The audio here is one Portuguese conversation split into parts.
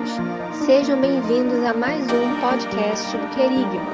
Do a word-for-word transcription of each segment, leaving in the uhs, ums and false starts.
Deus. Sejam bem-vindos a mais um podcast do Querigma.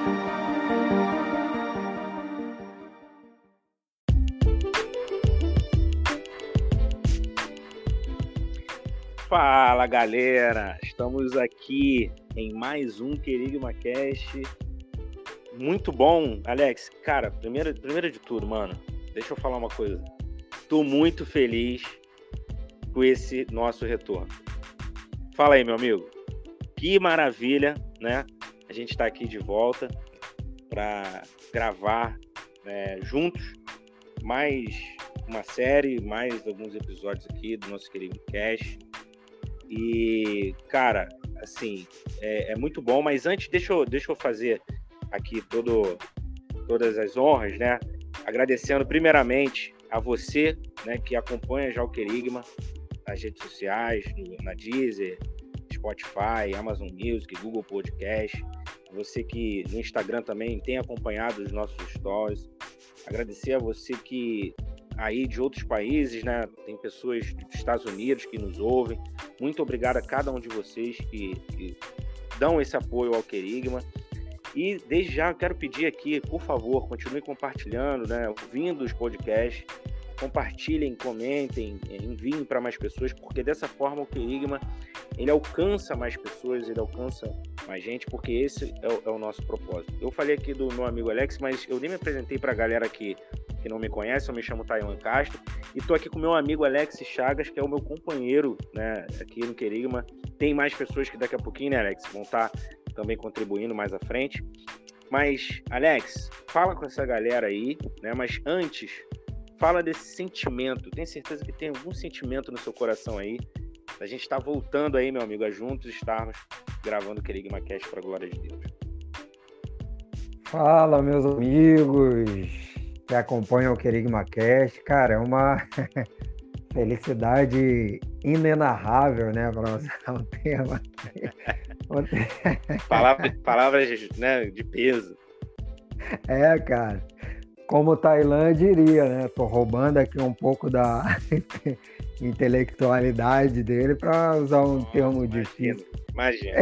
Fala, galera! Estamos aqui em mais um Querigma Cast. Muito bom, Alex. Cara, primeiro, primeiro de tudo, mano, deixa eu falar uma coisa. Tô muito feliz com esse nosso retorno. Fala aí, meu amigo. Que maravilha, né? A gente tá aqui de volta para gravar, né, juntos mais uma série, mais alguns episódios aqui do nosso Querigma Cast. E, cara, assim, é, é muito bom, mas antes deixa eu, deixa eu fazer aqui todo, todas as honras, né? Agradecendo primeiramente a você, né, que acompanha já o Querigma nas redes sociais, no, na Deezer, Spotify, Amazon Music, Google Podcast. Você que no Instagram também tem acompanhado os nossos stories. Agradecer a você que aí de outros países, né? Tem pessoas dos Estados Unidos que nos ouvem. Muito obrigado a cada um de vocês que, que dão esse apoio ao Querigma. E desde já eu quero pedir aqui, por favor, continue compartilhando, né? Ouvindo os podcasts. Compartilhem, comentem, enviem para mais pessoas, porque dessa forma o Querigma ele alcança mais pessoas, ele alcança mais gente, porque esse é o, é o nosso propósito. Eu falei aqui do meu amigo Alex, mas eu nem me apresentei para a galera que, que não me conhece. Eu me chamo Tailan Castro e estou aqui com meu amigo Alex Chagas, que é o meu companheiro, né, aqui no Querigma. Tem mais pessoas que daqui a pouquinho, né, Alex, vão estar também contribuindo mais à frente. Mas, Alex, fala com essa galera aí, né? Mas antes, fala desse sentimento. Tenho certeza que tem algum sentimento no seu coração aí. A gente está voltando aí, meu amigo, a juntos estarmos gravando o Querigma Cast para a glória de Deus. Fala, meus amigos que acompanham o Querigma Cast. Cara, é uma felicidade inenarrável, né, para usar um tema. Palavras, palavras, né, de peso. É, cara. Como o Tailan diria, né? Tô roubando aqui um pouco da intelectualidade dele para usar um Nossa, termo imagina, difícil. Imagina.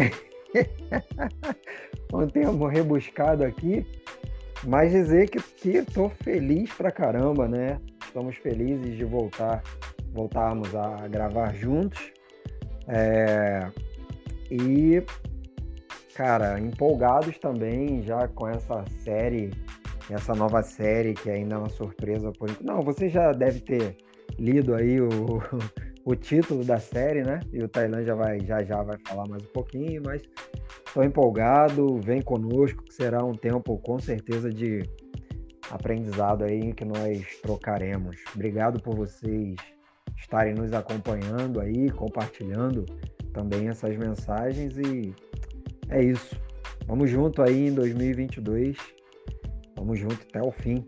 Um termo rebuscado aqui, mas dizer que, que tô feliz pra caramba, né? Estamos felizes de voltar, voltarmos a gravar juntos. É, e, cara, empolgados também já com essa série, essa nova série que ainda é uma surpresa por enquanto. Não, você já deve ter lido aí o, o título da série, né? E o Tailan já, vai, já já vai falar mais um pouquinho, mas estou empolgado, vem conosco, que será um tempo com certeza de aprendizado aí que nós trocaremos. Obrigado por vocês estarem nos acompanhando aí, compartilhando também essas mensagens e é isso. Vamos junto aí em dois mil e vinte e dois. Vamos junto até o fim.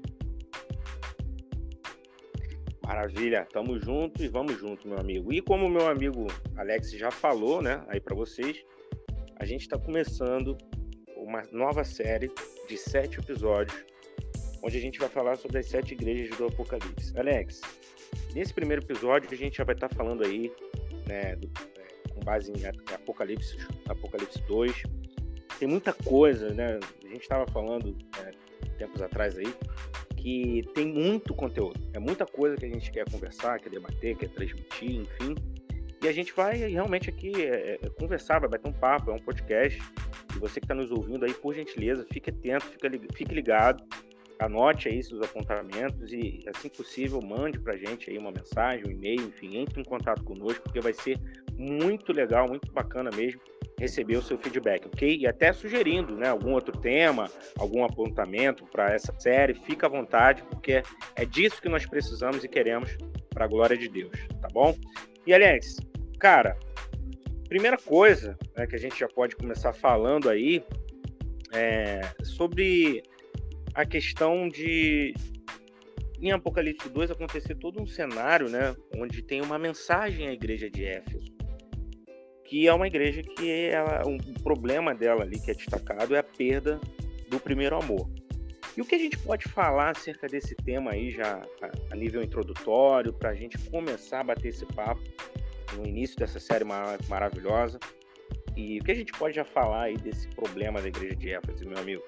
Maravilha, tamo junto e vamos junto, meu amigo. E como o meu amigo Alex já falou, né, aí para vocês, a gente está começando uma nova série de sete episódios, onde a gente vai falar sobre as sete igrejas do Apocalipse. Alex, nesse primeiro episódio a gente já vai estar tá falando aí, né, do, é, com base em Apocalipse, Apocalipse dois. Tem muita coisa, né? A gente estava falando é, tempos atrás aí, que tem muito conteúdo, é muita coisa que a gente quer conversar, quer debater, quer transmitir, enfim, e a gente vai realmente aqui é, é, conversar, vai bater um papo, é um podcast, e você que está nos ouvindo aí, por gentileza, fique atento, fique ligado, anote aí seus apontamentos e, assim que possível, mande pra gente aí uma mensagem, um e-mail, enfim, entre em contato conosco, porque vai ser muito legal, muito bacana mesmo, receber o seu feedback, ok? E até sugerindo, né, algum outro tema, algum apontamento para essa série, fica à vontade, porque é disso que nós precisamos e queremos para a glória de Deus, tá bom? E, Alex, cara, primeira coisa, né, que a gente já pode começar falando aí é sobre a questão de, em Apocalipse dois, acontecer todo um cenário, né, onde tem uma mensagem à igreja de Éfeso, que é uma igreja que ela, um problema dela ali que é destacado é a perda do primeiro amor. E o que a gente pode falar acerca desse tema aí já a, a nível introdutório, para a gente começar a bater esse papo no início dessa série mar- maravilhosa, E o que a gente pode já falar aí desse problema da igreja de Éfeso, meu amigo?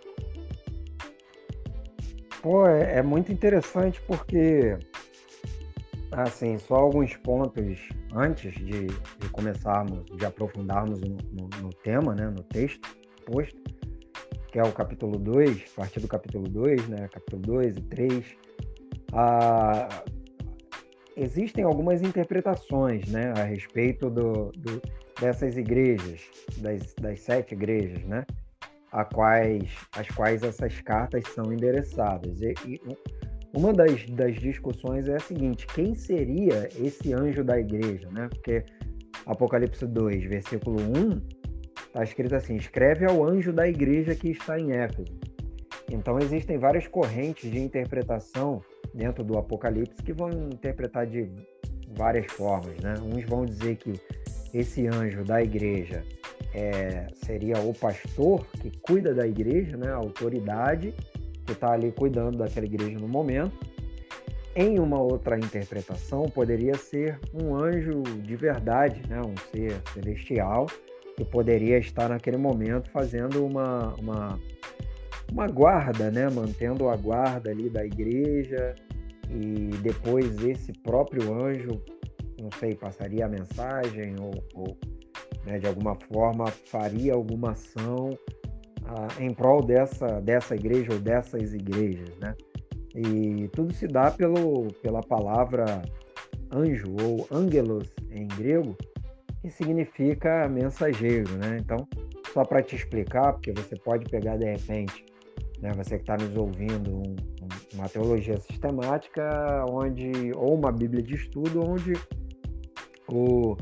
Pô, é, é muito interessante porque, assim, só alguns pontos antes de, de começarmos, de aprofundarmos no, no, no tema, né, no texto posto, que é o capítulo dois, a partir do capítulo dois, né, capítulo dois e três, ah, existem algumas interpretações, né, a respeito do, do, dessas igrejas, das, das sete igrejas, né, a quais, as quais essas cartas são endereçadas. E, e uma das, das discussões é a seguinte: quem seria esse anjo da igreja, né? Porque Apocalipse dois, versículo um, está escrito assim: escreve ao anjo da igreja que está em Éfeso. Então existem várias correntes de interpretação dentro do Apocalipse que vão interpretar de várias formas, né? Uns vão dizer que esse anjo da igreja É, seria o pastor que cuida da igreja, né, a autoridade que está ali cuidando daquela igreja no momento. Em uma outra interpretação, poderia ser um anjo de verdade, né, um ser celestial, que poderia estar naquele momento fazendo uma, uma, uma guarda, né, mantendo a guarda ali da igreja, e depois esse próprio anjo, não sei, passaria a mensagem ou, ou né, de alguma forma faria alguma ação ah, em prol dessa, dessa igreja ou dessas igrejas, né? E tudo se dá pelo, pela palavra anjo ou angelos em grego, que significa mensageiro, né? Então, só para te explicar, porque você pode pegar de repente, né, você que está nos ouvindo, um, uma teologia sistemática, onde, ou uma bíblia de estudo, onde o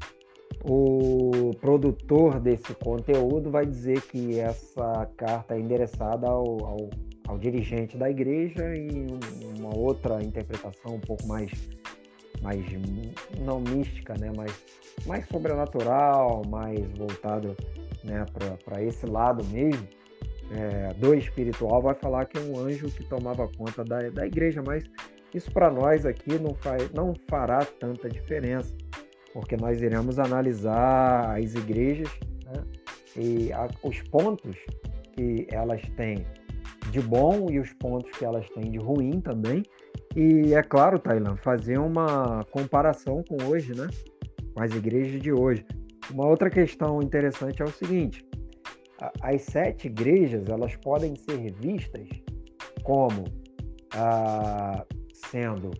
O produtor desse conteúdo vai dizer que essa carta é endereçada ao, ao, ao dirigente da igreja, e uma outra interpretação um pouco mais, mais não mística, né? mais, mais sobrenatural, mais voltado, né, para esse lado mesmo, é, do espiritual, vai falar que é um anjo que tomava conta da, da igreja, mas isso para nós aqui não, faz, não fará tanta diferença, porque nós iremos analisar as igrejas, né, e a, os pontos que elas têm de bom e os pontos que elas têm de ruim também. E é claro, Tailan, fazer uma comparação com hoje, né, com as igrejas de hoje. Uma outra questão interessante é o seguinte: as sete igrejas, elas podem ser vistas como ah, sendo...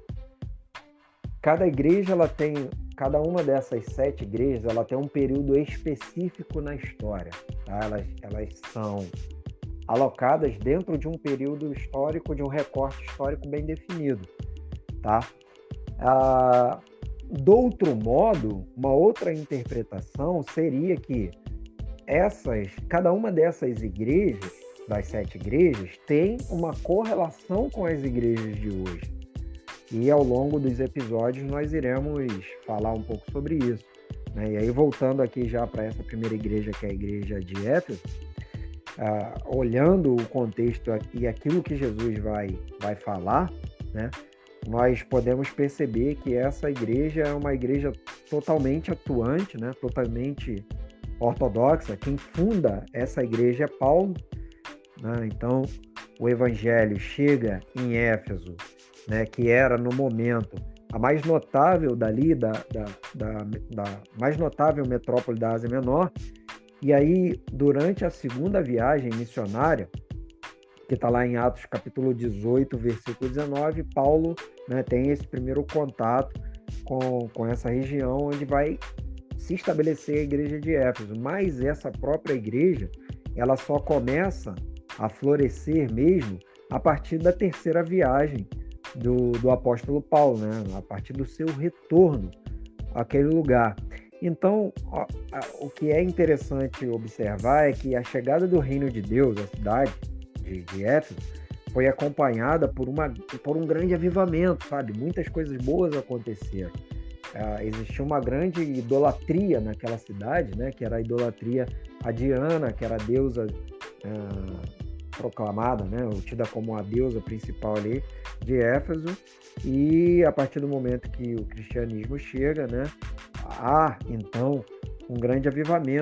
Cada igreja, ela tem... Cada uma dessas sete igrejas, ela tem um período específico na história, tá? Elas, elas são alocadas dentro de um período histórico, de um recorte histórico bem definido, tá? Ah, do outro modo, uma outra interpretação seria que essas, cada uma dessas igrejas, das sete igrejas, tem uma correlação com as igrejas de hoje. E ao longo dos episódios nós iremos falar um pouco sobre isso, né? E aí, voltando aqui já para essa primeira igreja, que é a igreja de Éfeso, ah, olhando o contexto e aquilo que Jesus vai, vai falar, né, nós podemos perceber que essa igreja é uma igreja totalmente atuante, né, totalmente ortodoxa. Quem funda essa igreja é Paulo, né? Então, o evangelho chega em Éfeso, né, que era no momento a mais notável dali, da, da, da, da mais notável metrópole da Ásia Menor. E aí, durante a segunda viagem missionária, que está lá em Atos capítulo dezoito, versículo dezenove, Paulo, né, tem esse primeiro contato com, com essa região, onde vai se estabelecer a igreja de Éfeso. Mas essa própria igreja, ela só começa a florescer mesmo a partir da terceira viagem Do, do apóstolo Paulo, né? A partir do seu retorno àquele lugar. Então, ó, a, o que é interessante observar é que a chegada do reino de Deus à cidade de, de Éfeso foi acompanhada por, uma, por um grande avivamento, sabe? Muitas coisas boas aconteceram. Ah, existia uma grande idolatria naquela cidade, né? Que era a idolatria a Diana, que era a deusa ah, proclamada, né? Ou tida como a deusa principal ali de Éfeso. E a partir do momento que o cristianismo chega, né, há então um grande avivamento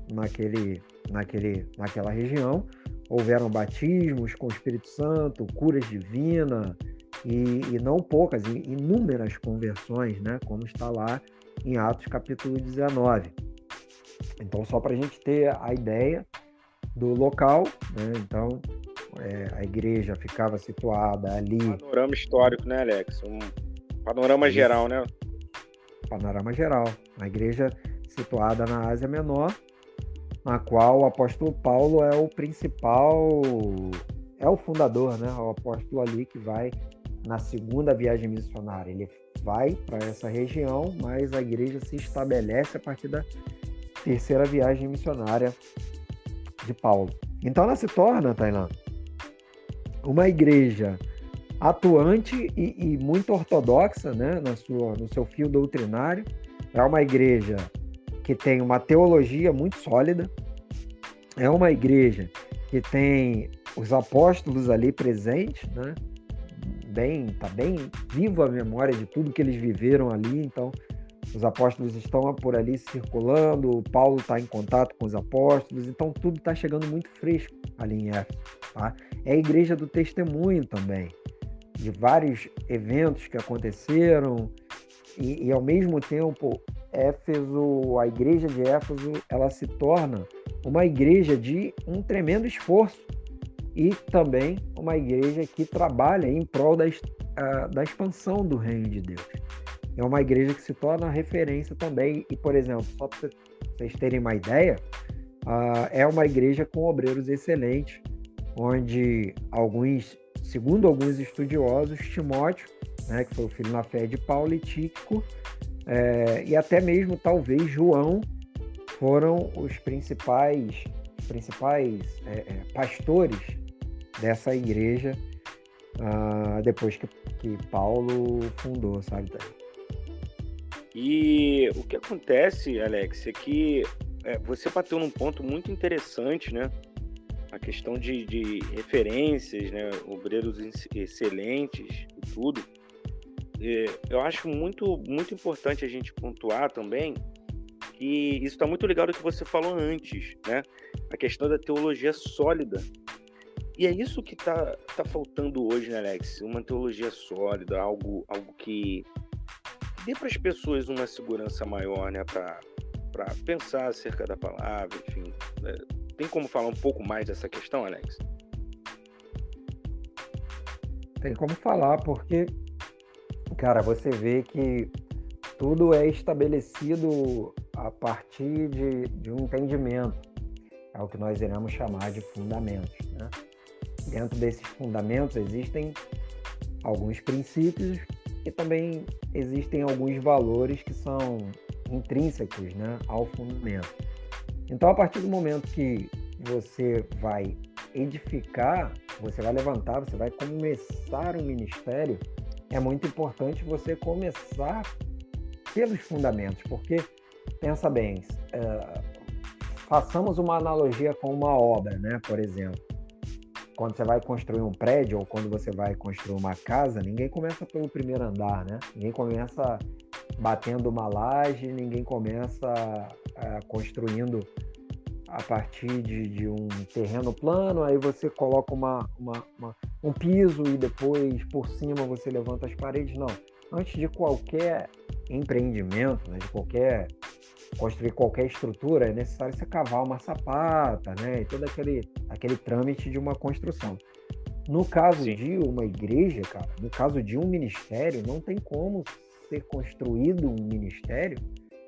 naquele, naquele, naquela região. Houveram batismos com o Espírito Santo, curas divinas e, e não poucas, inúmeras conversões, né? Como está lá em Atos capítulo dezenove. Então, só para a gente ter a ideia do local, né? Então, é, a igreja ficava situada ali. Panorama histórico, né, Alex? Um panorama Isso. geral, né? Panorama geral. A igreja situada na Ásia Menor, na qual o apóstolo Paulo é o principal, é o fundador, né? O apóstolo ali que vai na segunda viagem missionária. Ele vai para essa região, mas a igreja se estabelece a partir da terceira viagem missionária de Paulo. Então ela se torna, Tailan, uma igreja atuante e, e muito ortodoxa, né? Na sua, no seu fio doutrinário. É uma igreja que tem uma teologia muito sólida, é uma igreja que tem os apóstolos ali presentes, né? Bem, tá bem viva a memória de tudo que eles viveram ali, então os apóstolos estão por ali circulando, Paulo está em contato com os apóstolos, então tudo está chegando muito fresco ali em Éfeso, tá? É a igreja do testemunho também, de vários eventos que aconteceram, e, e ao mesmo tempo Éfeso, a igreja de Éfeso, ela se torna uma igreja de um tremendo esforço e também uma igreja que trabalha em prol da, da expansão do reino de Deus. É uma igreja que se torna referência também e, por exemplo, só para vocês terem uma ideia, é uma igreja com obreiros excelentes, onde alguns, segundo alguns estudiosos, Timóteo, né, que foi o filho na fé de Paulo, e Tíquico, É, e até mesmo, talvez, João foram os principais, principais é, é, pastores dessa igreja uh, depois que, que Paulo fundou, sabe? E o que acontece, Alex, é que é, você bateu num ponto muito interessante, né? A questão de, de referências, né? Obreiros excelentes e tudo. Eu acho muito, muito importante a gente pontuar também que isso está muito ligado ao que você falou antes, né? A questão da teologia sólida. E é isso que está tá faltando hoje, né, Alex? Uma teologia sólida, algo, algo que dê para as pessoas uma segurança maior, né? Para pensar acerca da palavra, enfim. Tem como falar um pouco mais dessa questão, Alex? Tem como falar, porque... Cara, você vê que tudo é estabelecido a partir de, de um entendimento. É o que nós iremos chamar de fundamentos, né? Dentro desses fundamentos existem alguns princípios e também existem alguns valores que são intrínsecos, né, ao fundamento. Então, a partir do momento que você vai edificar, você vai levantar, você vai começar um ministério, é muito importante você começar pelos fundamentos, porque, pensa bem, é, façamos uma analogia com uma obra, né? Por exemplo, quando você vai construir um prédio ou quando você vai construir uma casa, ninguém começa pelo primeiro andar, né? Ninguém começa batendo uma laje, ninguém começa é, construindo a partir de, de um terreno plano, aí você coloca uma, uma, uma, um piso e depois por cima você levanta as paredes. Não. Antes de qualquer empreendimento, né, de qualquer construir qualquer estrutura, é necessário você cavar uma sapata, né, e todo aquele, aquele trâmite de uma construção. No caso Sim. de uma igreja, cara, no caso de um ministério, não tem como ser construído um ministério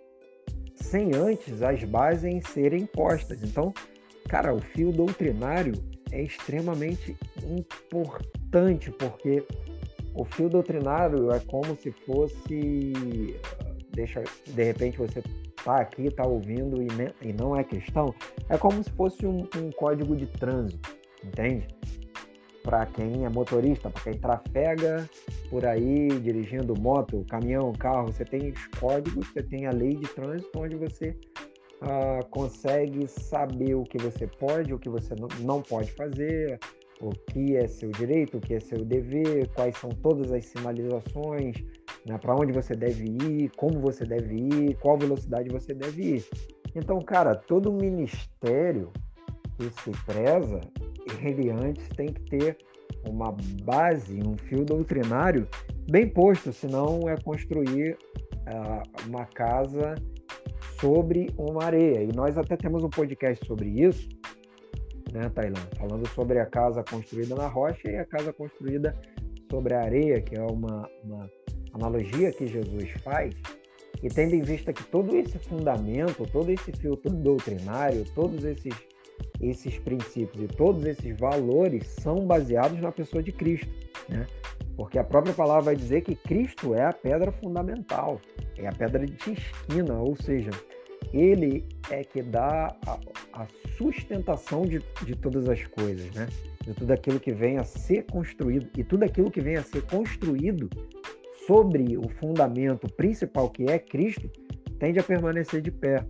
sem antes as bases serem postas. Então, cara, o fio doutrinário é extremamente importante, porque o fio doutrinário é como se fosse... Deixa, de repente você tá aqui, tá ouvindo e, ne, e não é questão. É como se fosse um, um código de trânsito, entende? Para quem é motorista, para quem trafega por aí, dirigindo moto, caminhão, carro, você tem os códigos, você tem a lei de trânsito, onde você uh, consegue saber o que você pode, o que você não pode fazer, o que é seu direito, o que é seu dever, quais são todas as sinalizações, né, para onde você deve ir, como você deve ir, qual velocidade você deve ir. Então, cara, todo ministério que se preza, ele antes tem que ter uma base, um fio doutrinário bem posto, senão é construir uh, uma casa sobre uma areia. E nós até temos um podcast sobre isso, né, Tailan? Falando sobre a casa construída na rocha e a casa construída sobre a areia, que é uma, uma analogia que Jesus faz. E tendo em vista que todo esse fundamento, todo esse filtro doutrinário, todos esses, esses princípios e todos esses valores são baseados na pessoa de Cristo, né? Porque a própria palavra vai dizer que Cristo é a pedra fundamental, é a pedra de esquina, ou seja, ele é que dá a, a sustentação de, de todas as coisas, né? De tudo aquilo que vem a ser construído. E tudo aquilo que vem a ser construído sobre o fundamento principal, que é Cristo, tende a permanecer de pé.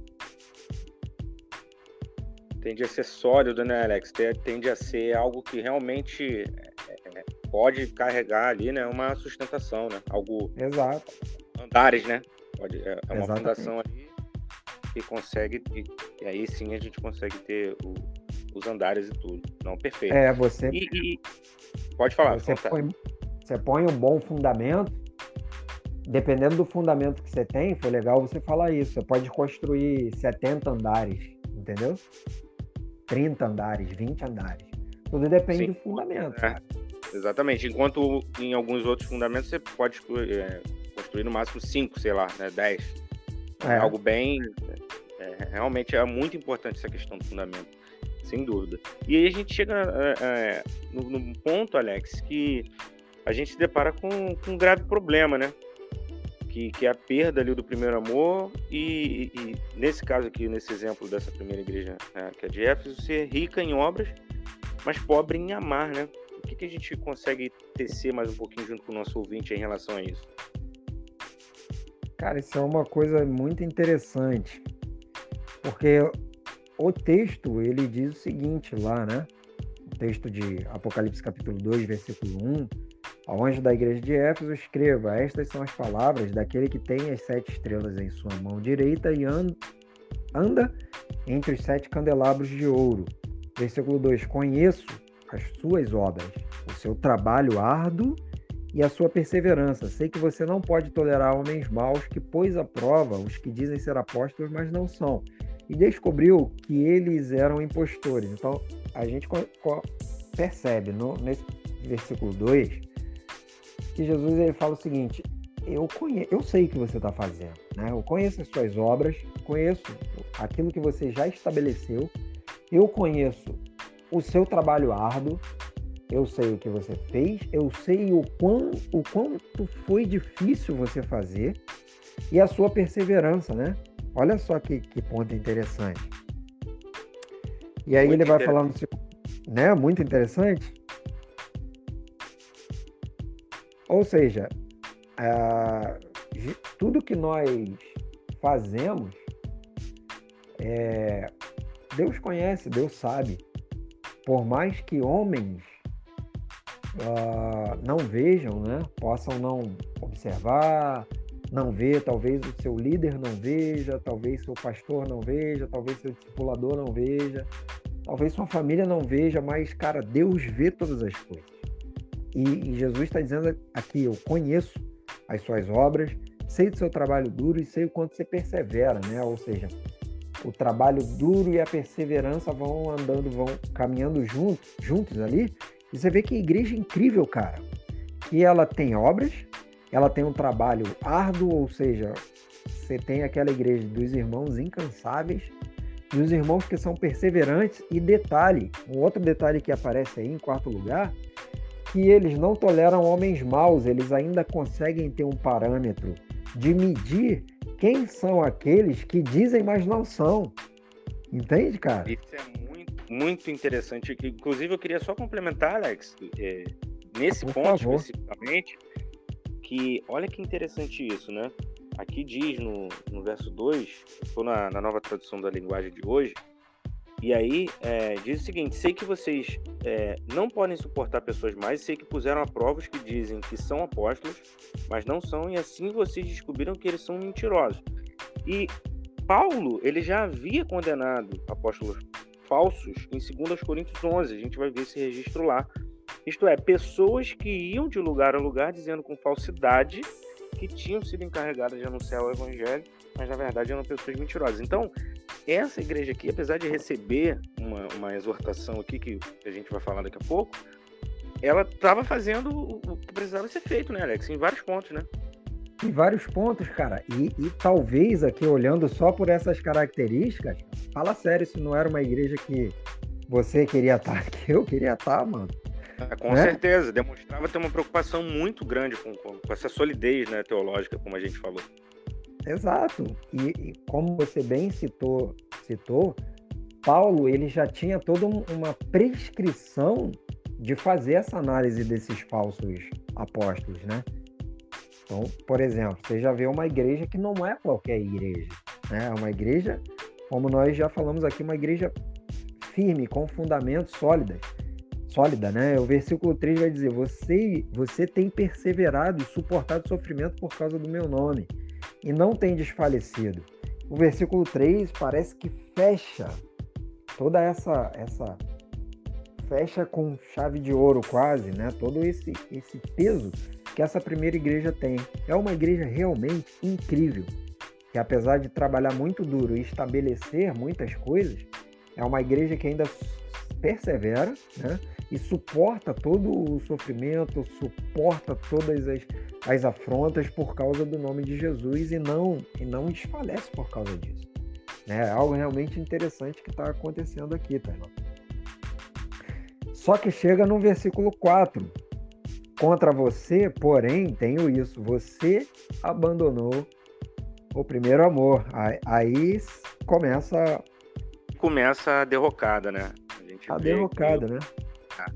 Tende a ser sólido, né, Alex? Tende a ser algo que realmente é, pode carregar ali, né, uma sustentação, né? Algo... Exato. Andares, né? Pode, é uma Exatamente. fundação ali que consegue... E, e aí sim a gente consegue ter o, os andares e tudo. Não, perfeito. É, você... E, e... Pode falar. Você põe, você põe um bom fundamento. Dependendo do fundamento que você tem, foi legal você falar isso. Você pode construir setenta andares, entendeu? trinta andares, vinte andares. Tudo depende Sim. do fundamento. É, exatamente. Enquanto em alguns outros fundamentos você pode é, construir no máximo cinco, sei lá, né, dez. É. Algo bem... É, realmente é muito importante essa questão do fundamento, sem dúvida. E aí a gente chega é, é, no, no ponto, Alex, que a gente se depara com, com um grave problema, né? Que, que é a perda ali do primeiro amor e, e, e nesse caso aqui, nesse exemplo dessa primeira igreja, né, que é de Éfeso, ser rica em obras, mas pobre em amar, né? O que, que a gente consegue tecer mais um pouquinho junto com o nosso ouvinte em relação a isso? Cara, isso é uma coisa muito interessante, porque o texto, ele diz o seguinte lá, né? O texto de Apocalipse capítulo dois, versículo um, ao anjo da igreja de Éfeso escreva, estas são as palavras daquele que tem as sete estrelas em sua mão direita e anda entre os sete candelabros de ouro. Versículo dois, conheço as suas obras, o seu trabalho árduo e a sua perseverança. Sei que você não pode tolerar homens maus que pôs à prova os que dizem ser apóstolos, mas não são. E descobriu que eles eram impostores. Então, a gente percebe no, nesse versículo dois, que Jesus ele fala o seguinte, eu, conhe... eu sei o que você está fazendo, né? Eu conheço as suas obras, conheço aquilo que você já estabeleceu, eu conheço o seu trabalho árduo, eu sei o que você fez, eu sei o, quão... o quanto foi difícil você fazer e a sua perseverança, né? Olha só que, que ponto interessante. E aí muito ele vai falando, né? Muito interessante. Ou seja, uh, tudo que nós fazemos, é, Deus conhece, Deus sabe. Por mais que homens uh, não vejam, né, possam não observar, não ver, talvez o seu líder não veja, talvez seu pastor não veja, talvez seu discipulador não veja, talvez sua família não veja, mas, cara, Deus vê todas as coisas. E, e Jesus está dizendo aqui, eu conheço as suas obras, sei do seu trabalho duro e sei o quanto você persevera, né? Ou seja, o trabalho duro e a perseverança vão andando, vão caminhando juntos, juntos ali. E você vê que igreja incrível, cara. Que ela tem obras, ela tem um trabalho árduo, ou seja, você tem aquela igreja dos irmãos incansáveis e os irmãos que são perseverantes. E detalhe, um outro detalhe que aparece aí em quarto lugar, que eles não toleram homens maus, eles ainda conseguem ter um parâmetro de medir quem são aqueles que dizem, mas não são. Entende, cara? Isso é muito, muito interessante. Inclusive, eu queria só complementar, Alex, é, nesse Por ponto favor. especificamente, que olha que interessante isso, né? Aqui diz no, no verso dois, estou na, na nova tradução da linguagem de hoje, e aí é, diz o seguinte, sei que vocês é, não podem suportar pessoas mais, sei que puseram a prova os que dizem que são apóstolos, mas não são, e assim vocês descobriram que eles são mentirosos. E Paulo, ele já havia condenado apóstolos falsos em dois Coríntios onze, a gente vai ver esse registro lá. Isto é, pessoas que iam de lugar a lugar dizendo com falsidade que tinham sido encarregadas de anunciar o evangelho, mas na verdade eram pessoas mentirosas. Então, essa igreja aqui, apesar de receber uma, uma exortação aqui, que a gente vai falar daqui a pouco, ela estava fazendo o que precisava ser feito, né, Alex? Em vários pontos, né? Em vários pontos, cara. E, e talvez aqui, olhando só por essas características, fala sério, se não era uma igreja que você queria estar, que eu queria estar, mano. Ah, com né? certeza. Demonstrava ter uma preocupação muito grande com, com, com essa solidez, né, teológica, como a gente falou. Exato. E, e como você bem citou, citou, Paulo, ele já tinha toda um, uma prescrição de fazer essa análise desses falsos apóstolos, né? Então, por exemplo, você já vê uma igreja que não é qualquer igreja, né? É uma igreja, como nós já falamos aqui, uma igreja firme, com fundamentos sólidos, sólida, né? O versículo três vai dizer, você, você tem perseverado e suportado sofrimento por causa do meu nome, e não tem desfalecido. O versículo três parece que fecha toda essa... essa fecha com chave de ouro quase, né? Todo esse, esse peso que essa primeira igreja tem. É uma igreja realmente incrível, que apesar de trabalhar muito duro e estabelecer muitas coisas, é uma igreja que ainda persevera, né? E suporta todo o sofrimento, suporta todas as, as afrontas por causa do nome de Jesus e não, e não desfalece por causa disso. É algo realmente interessante que está acontecendo aqui, tá, irmão? Só que chega no versículo quatro. Contra você, porém, tenho isso. Você abandonou o primeiro amor. Aí começa... Começa a derrocada, né? A, gente a vê derrocada, que... né? Ah.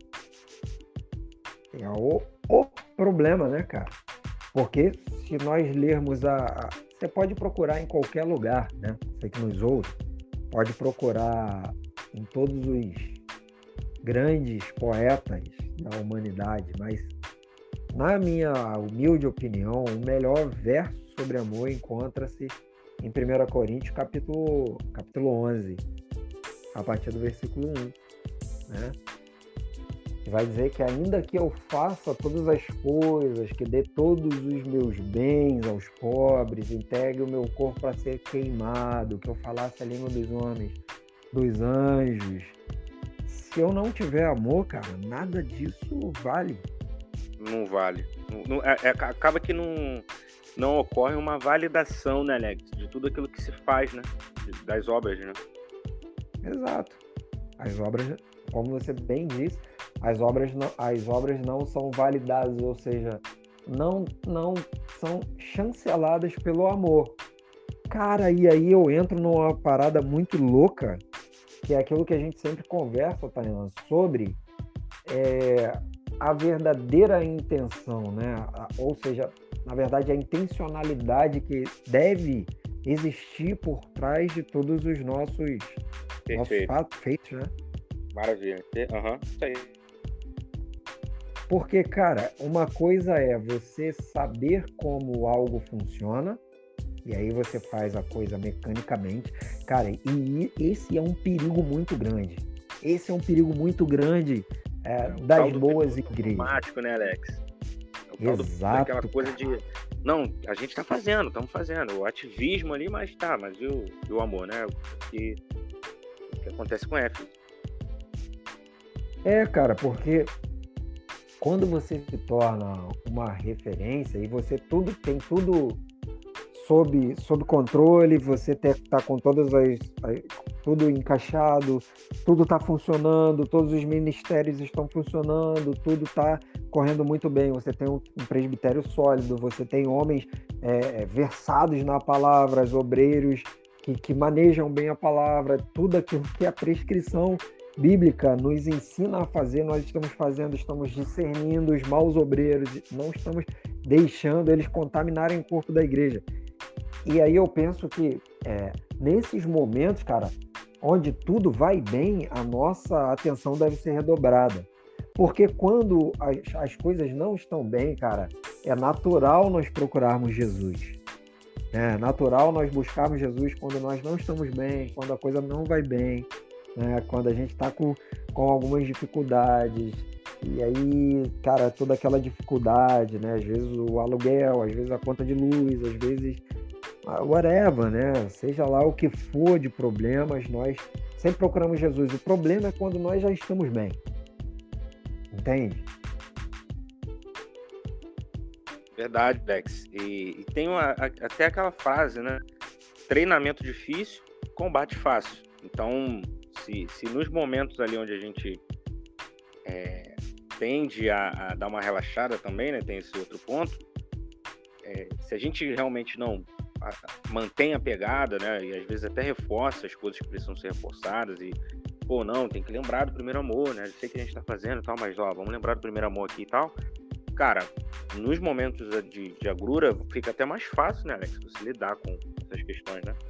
É o, o problema, né, cara? Porque se nós lermos a, a... Você pode procurar em qualquer lugar, né? Você que nos ouve, pode procurar em todos os grandes poetas da humanidade, mas na minha humilde opinião, o melhor verso sobre amor encontra-se em primeira Coríntios, capítulo, capítulo onze, a partir do versículo um, né? Que vai dizer que ainda que eu faça todas as coisas, que dê todos os meus bens aos pobres, entregue o meu corpo para ser queimado, que eu falasse a língua dos homens, dos anjos, se eu não tiver amor, cara, nada disso vale. Não vale. Não, não, é, é, acaba que não, não ocorre uma validação, né, Alex? De tudo aquilo que se faz, né? Das obras, né? Exato. As obras, como você bem disse, as obras não, as obras não são validadas, ou seja, não, não são chanceladas pelo amor. Cara, e aí eu entro numa parada muito louca, que é aquilo que a gente sempre conversa, Tainan, sobre é, a verdadeira intenção, né? Ou seja, na verdade, a intencionalidade que deve existir por trás de todos os nossos, nossos fatos feitos, né? Maravilha. Aham, uhum, isso aí. Porque, cara, uma coisa é você saber como algo funciona, e aí você faz a coisa mecanicamente. Cara, e esse é um perigo muito grande. Esse é um perigo muito grande é, das boas igrejas. Automático, né, Alex? É o Exato. Aquela coisa de... Não, a gente tá fazendo, estamos fazendo. O ativismo ali, mas tá, mas e o, e o amor, né? O que, o que acontece com Éfeso? É, cara, porque quando você se torna uma referência e você tudo tem tudo... Sob, sob controle, você está com todas as, as... tudo encaixado, tudo está funcionando, todos os ministérios estão funcionando, tudo está correndo muito bem. Você tem um, um presbitério sólido, você tem homens é, versados na palavra, obreiros que, que manejam bem a palavra, tudo aquilo que a prescrição bíblica nos ensina a fazer, nós estamos fazendo, estamos discernindo os maus obreiros, não estamos deixando eles contaminarem o corpo da igreja. E aí eu penso que é, nesses momentos, cara, onde tudo vai bem, a nossa atenção deve ser redobrada. Porque quando as, as coisas não estão bem, cara, é natural nós procurarmos Jesus. É natural nós buscarmos Jesus quando nós não estamos bem, quando a coisa não vai bem, né? Quando a gente está com, com algumas dificuldades. E aí, cara, toda aquela dificuldade, né? Às vezes o aluguel, às vezes a conta de luz, às vezes whatever, né? Seja lá o que for de problemas, nós sempre procuramos Jesus. O problema é quando nós já estamos bem. Entende? Verdade, Dex. E, e tem uma, até aquela frase, né? Treinamento difícil, combate fácil. Então, se, se nos momentos ali onde a gente é, tende a, a dar uma relaxada também, né? Tem esse outro ponto. É, se a gente realmente não a, mantém a pegada, né? E às vezes até reforça as coisas que precisam ser reforçadas e, pô, não, tem que lembrar do primeiro amor, né? Eu sei que a gente tá fazendo e tal, mas, ó, vamos lembrar do primeiro amor aqui e tal. Cara, nos momentos de, de agrura, fica até mais fácil, né, Alex? Você lidar com essas questões, né?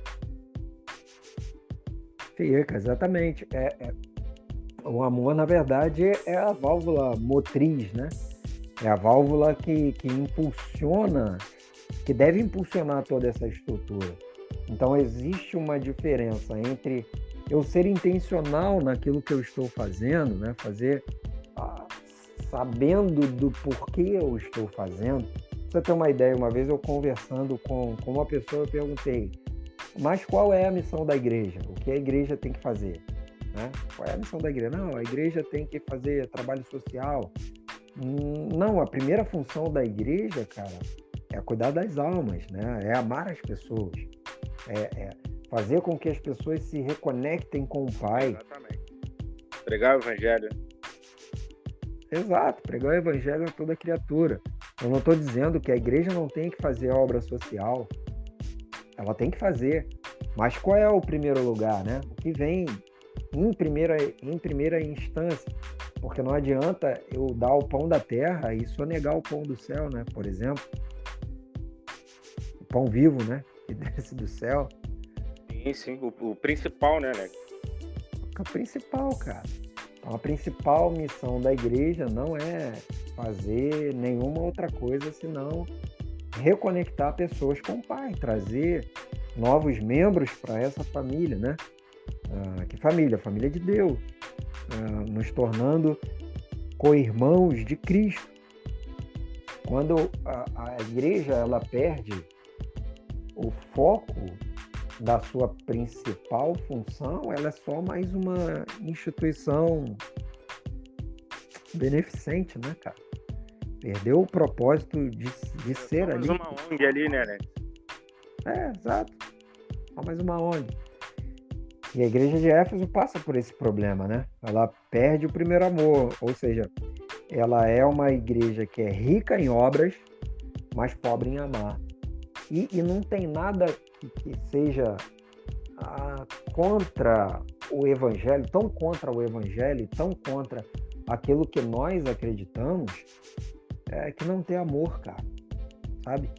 Fica, exatamente. É, é, o amor, na verdade, é a válvula motriz, né? É a válvula que, que impulsiona, que deve impulsionar toda essa estrutura. Então, existe uma diferença entre eu ser intencional naquilo que eu estou fazendo, né? Fazer... Ah, sabendo do porquê eu estou fazendo. Pra você ter uma ideia, uma vez eu conversando com, com uma pessoa, eu perguntei, mas qual é a missão da igreja? O que a igreja tem que fazer? Né? Qual é a missão da igreja? Não, a igreja tem que fazer trabalho social. Não, a primeira função da igreja, cara, é cuidar das almas, né? É amar as pessoas. É, é fazer com que as pessoas se reconectem com o Pai. Exatamente. Pregar o evangelho. Exato, pregar o evangelho a toda criatura. Eu não estou dizendo que a igreja não tem que fazer obra social. Ela tem que fazer. Mas qual é o primeiro lugar, né? O que vem em primeira, em primeira instância? Porque não adianta eu dar o pão da terra e sonegar o pão do céu, né? Por exemplo. O pão vivo, né? Que desce do céu. Sim, sim. O, o principal, né, Alex? O principal, cara. Então, a principal missão da igreja não é fazer nenhuma outra coisa senão reconectar pessoas com o Pai, trazer novos membros para essa família, né? Ah, que família? Família de Deus, ah, nos tornando co-irmãos de Cristo. Quando a, a igreja ela perde o foco da sua principal função, ela é só mais uma instituição beneficente, né, cara? Perdeu o propósito de, de ser só ali. Mais uma O N G ali, né, né? É, exato. Só mais uma O N G. E a igreja de Éfeso passa por esse problema, né? Ela perde o primeiro amor, ou seja, ela é uma igreja que é rica em obras, mas pobre em amar. E, e não tem nada que, que seja ah, contra o evangelho, tão contra o evangelho, tão contra aquilo que nós acreditamos, é, que não tem amor, cara, sabe?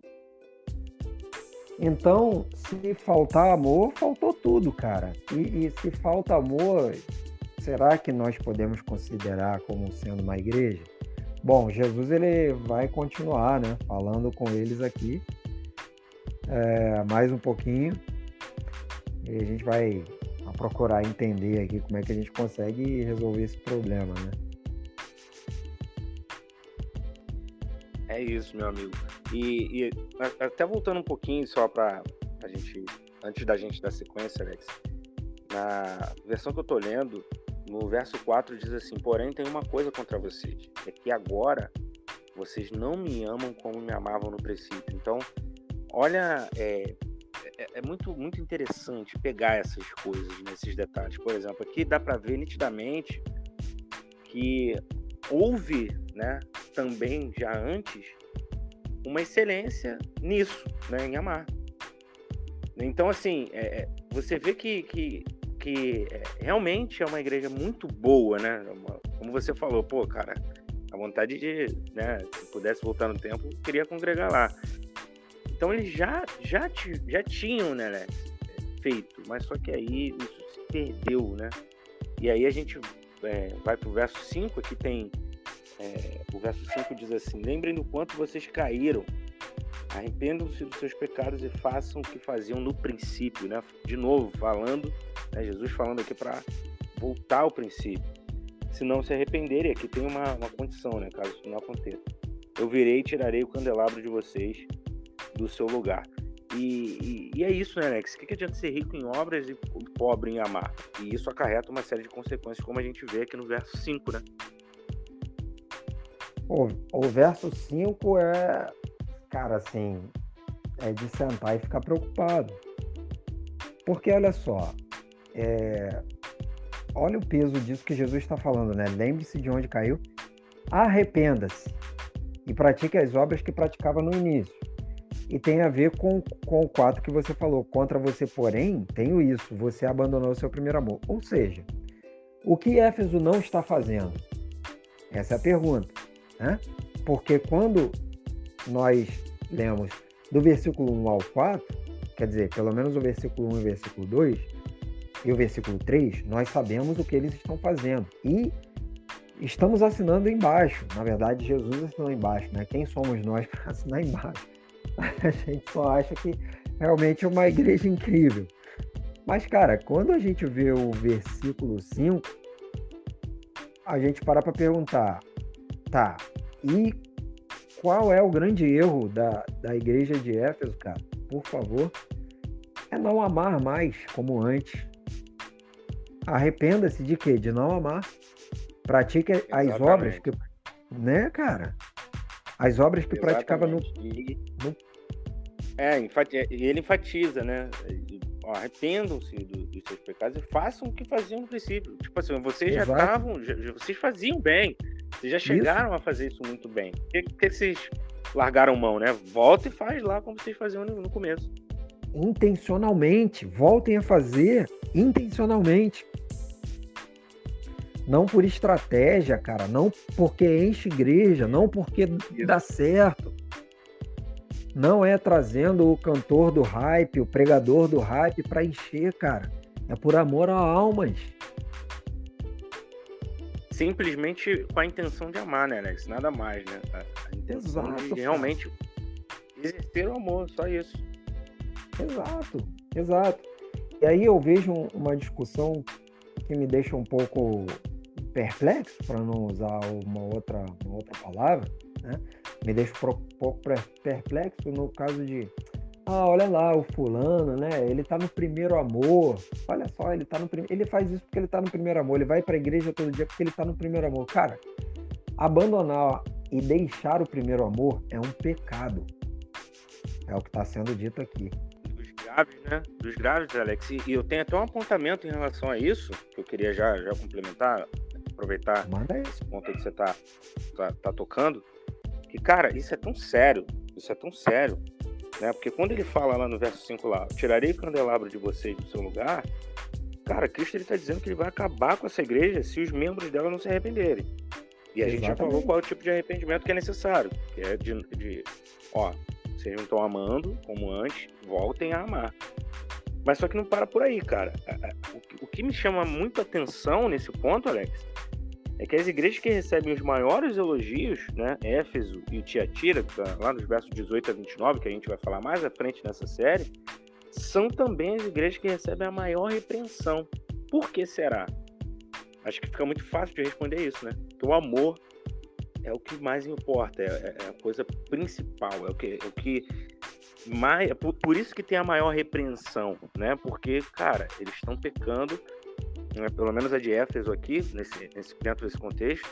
Então, se faltar amor, faltou tudo, cara. E, e se falta amor, será que nós podemos considerar como sendo uma igreja? Bom, Jesus ele vai continuar, né, falando com eles aqui é, mais um pouquinho. E a gente vai procurar entender aqui como é que a gente consegue resolver esse problema, né? É isso, meu amigo. E, e até voltando um pouquinho só para a gente, antes da gente dar sequência, Alex, na versão que eu tô lendo, no verso quatro diz assim: porém tem uma coisa contra vocês, é que agora vocês não me amam como me amavam no princípio. Então, olha, é, é, é muito, muito interessante pegar essas coisas, né, esses detalhes. Por exemplo, aqui dá para ver nitidamente que houve, né, também já antes uma excelência nisso, né, em amar. Então, assim, é, você vê que, que, que é, realmente é uma igreja muito boa, né? Uma, como você falou, pô, cara, a vontade de, né, se pudesse voltar no tempo, eu queria congregar lá. Então, eles já, já, já tinham, né, feito, mas só que aí isso se perdeu, né? E aí a gente é, vai pro verso cinco, aqui tem... É, o verso cinco diz assim: lembrem do quanto vocês caíram, arrependam-se dos seus pecados e façam o que faziam no princípio, né? De novo, falando, né? Jesus falando aqui para voltar ao princípio. Se não se arrependerem, aqui tem uma, uma condição, né? Caso isso não aconteça. Eu virei e tirarei o candelabro de vocês do seu lugar. E, e, e é isso, né, Alex? O que, que adianta ser rico em obras e pobre em amar? E isso acarreta uma série de consequências, como a gente vê aqui no verso cinco, né? O, o verso cinco é, cara, assim, é de sentar e ficar preocupado. Porque, olha só, é, olha o peso disso que Jesus está falando, né? Lembre-se de onde caiu, arrependa-se e pratique as obras que praticava no início. E tem a ver com, com o quatro que você falou. Contra você, porém, tenho isso. Você abandonou o seu primeiro amor. Ou seja, o que Éfeso não está fazendo? Essa é a pergunta, né? Porque quando nós lemos do versículo um ao quatro, quer dizer, pelo menos o versículo um e o versículo dois, e o versículo três, nós sabemos o que eles estão fazendo. E estamos assinando embaixo. Na verdade, Jesus assinou embaixo, né? Quem somos nós para assinar embaixo? A gente só acha que realmente é uma igreja incrível. Mas, cara, quando a gente vê o versículo cinco, a gente para para perguntar, tá, e qual é o grande erro da, da igreja de Éfeso, cara? Por favor, é não amar mais como antes. Arrependa-se de quê? De não amar. Pratique Exatamente. As obras que... Né, cara? As obras que Exatamente. praticava no... E, no... É, e ele enfatiza, né? Ó, arrependam-se do, dos seus pecados e façam o que faziam no princípio. Tipo assim, vocês Exato. já estavam, vocês faziam bem. Vocês já chegaram isso. a fazer isso muito bem. Por que, que vocês largaram mão, né? Volta e faz lá como vocês faziam no, no começo. Intencionalmente. Voltem a fazer intencionalmente. Não por estratégia, cara. Não porque enche igreja. Não porque isso. dá certo. Não é trazendo o cantor do hype, o pregador do hype para encher, cara. É por amor a almas. Simplesmente com a intenção de amar, né, Alex? Nada mais, né? A intenção Exato, de cara. realmente exercer o amor, só isso. Exato, exato. E aí eu vejo uma discussão que me deixa um pouco perplexo, para não usar uma outra, uma outra palavra, né? Me deixa um pouco perplexo no caso de, ah, olha lá, o fulano, né? Ele tá no primeiro amor. Olha só, ele tá no primeiro, ele faz isso porque ele tá no primeiro amor. Ele vai pra igreja todo dia porque ele tá no primeiro amor. Cara, abandonar e deixar o primeiro amor é um pecado. É o que está sendo dito aqui. Dos graves, né? Dos graves, Alex. E eu tenho até um apontamento em relação a isso, que eu queria já, já complementar, aproveitar esse ponto aí que você tá, tá, tá tocando. Que, cara, isso é tão sério, isso é tão sério, né? Porque quando ele fala lá no verso cinco lá, tirarei o candelabro de vocês do seu lugar, cara, Cristo ele tá dizendo que ele vai acabar com essa igreja se os membros dela não se arrependerem. E a Exatamente. gente já falou qual é o tipo de arrependimento que é necessário, que é de, de ó, vocês não estão amando como antes, voltem a amar. Mas só que não para por aí, cara. O que me chama muito atenção nesse ponto, Alex, é que as igrejas que recebem os maiores elogios, né, Éfeso e Tiatira, que tá lá nos versos dezoito a vinte e nove, que a gente vai falar mais à frente nessa série, são também as igrejas que recebem a maior repreensão. Por que será? Acho que fica muito fácil de responder isso, né? Porque o amor é o que mais importa, é, é a coisa principal, é o que, é o que mais... É por, por isso que tem a maior repreensão, né? Porque, cara, eles estão pecando, né? Pelo menos a de Éfeso aqui, nesse, nesse, dentro desse contexto,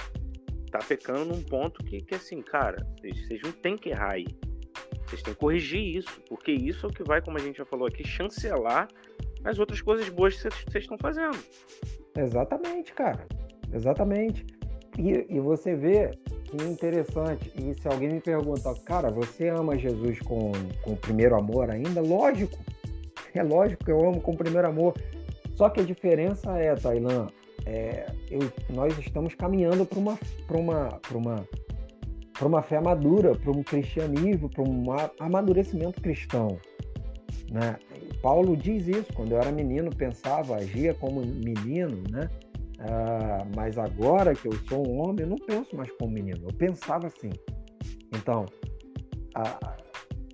tá pecando num ponto que, que assim, cara, vocês, vocês não tem que errar aí. Vocês têm que corrigir isso, porque isso é o que vai, como a gente já falou aqui, chancelar as outras coisas boas que vocês, vocês estão fazendo. Exatamente, cara. Exatamente. E, e você vê que interessante, e se alguém me pergunta, cara, você ama Jesus com, com o primeiro amor ainda? Lógico, é lógico que eu amo com o primeiro amor. Só que a diferença é, Tailan, é, eu, nós estamos caminhando para uma, para uma, para uma, para uma fé madura, para um cristianismo, para um amadurecimento cristão, né? Paulo diz isso, quando eu era menino pensava, agia como menino, né? Ah, mas agora que eu sou um homem, eu não penso mais como menino, eu pensava assim. Então, a,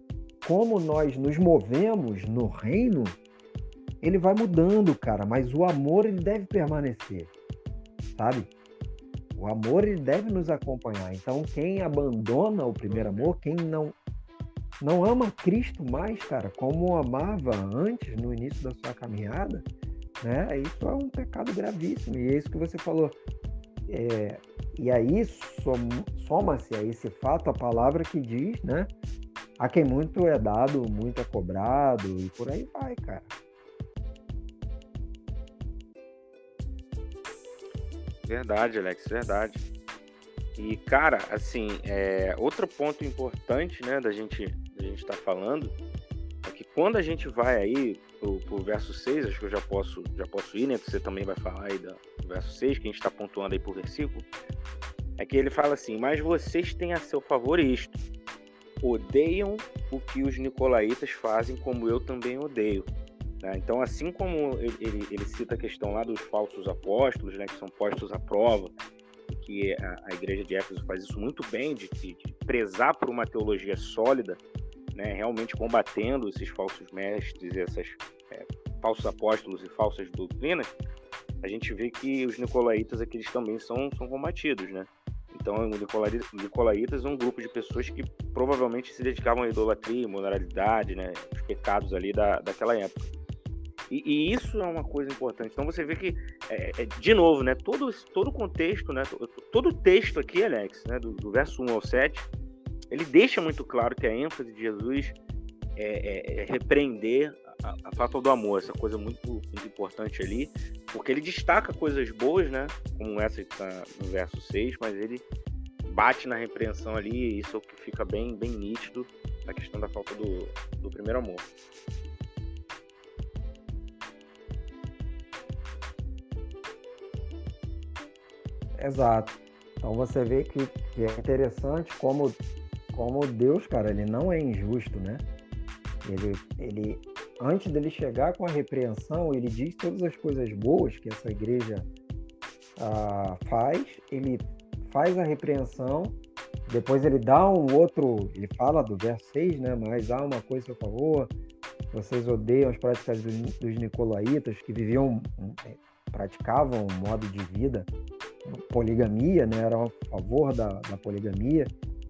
como nós nos movemos no reino, ele vai mudando, cara, mas o amor ele deve permanecer, sabe? O amor ele deve nos acompanhar. Então, quem abandona o primeiro amor, quem não não ama Cristo mais, cara, como amava antes, no início da sua caminhada, né? Isso é um pecado gravíssimo. E é isso que você falou. É, e aí som- soma-se a esse fato a palavra que diz, né? A quem muito é dado, muito é cobrado, e por aí vai, cara. Verdade, Alex, verdade. E, cara, assim, é, outro ponto importante, né, da gente da gente estar falando é que quando a gente vai aí pro, pro verso seis, acho que eu já posso, já posso ir, né? Você também vai falar aí do verso seis, que a gente está pontuando aí por versículo. É que ele fala assim: mas vocês têm a seu favor isto, odeiam o que os nicolaítas fazem, como eu também odeio. Né? Então, assim como ele, ele, ele cita a questão lá dos falsos apóstolos, né, que são postos à prova, que a, a igreja de Éfeso faz isso muito bem, de, de, de prezar por uma teologia sólida, né, realmente combatendo esses falsos mestres, esses é, falsos apóstolos e falsas doutrinas. A gente vê que os nicolaítas aqui eles também são, são combatidos, né? Então, os nicolaítas é um grupo de pessoas que provavelmente se dedicavam à idolatria, imoralidade, né, os pecados ali da, daquela época. E, e isso é uma coisa importante. Então você vê que, é, é, de novo, né, todo, todo o contexto, né, todo o texto aqui, Alex, né, do, do verso um ao sete, ele deixa muito claro que a ênfase de Jesus é, é, é repreender a, a falta do amor, essa coisa muito, muito importante ali, porque ele destaca coisas boas, né, como essa que está no verso seis, mas ele bate na repreensão ali, e isso é o que fica bem, bem nítido na questão da falta do, do primeiro amor. Exato. Então você vê que, que é interessante como, como Deus, cara, ele não é injusto, né? Ele, ele, antes dele chegar com a repreensão, ele diz todas as coisas boas que essa igreja ah, faz, ele faz a repreensão, depois ele dá um outro, ele fala do verso seis, né? Mas há uma coisa a seu favor, vocês odeiam as práticas dos, dos nicolaítas, que viviam, praticavam um modo de vida, poligamia, né? Eram a favor da, da poligamia.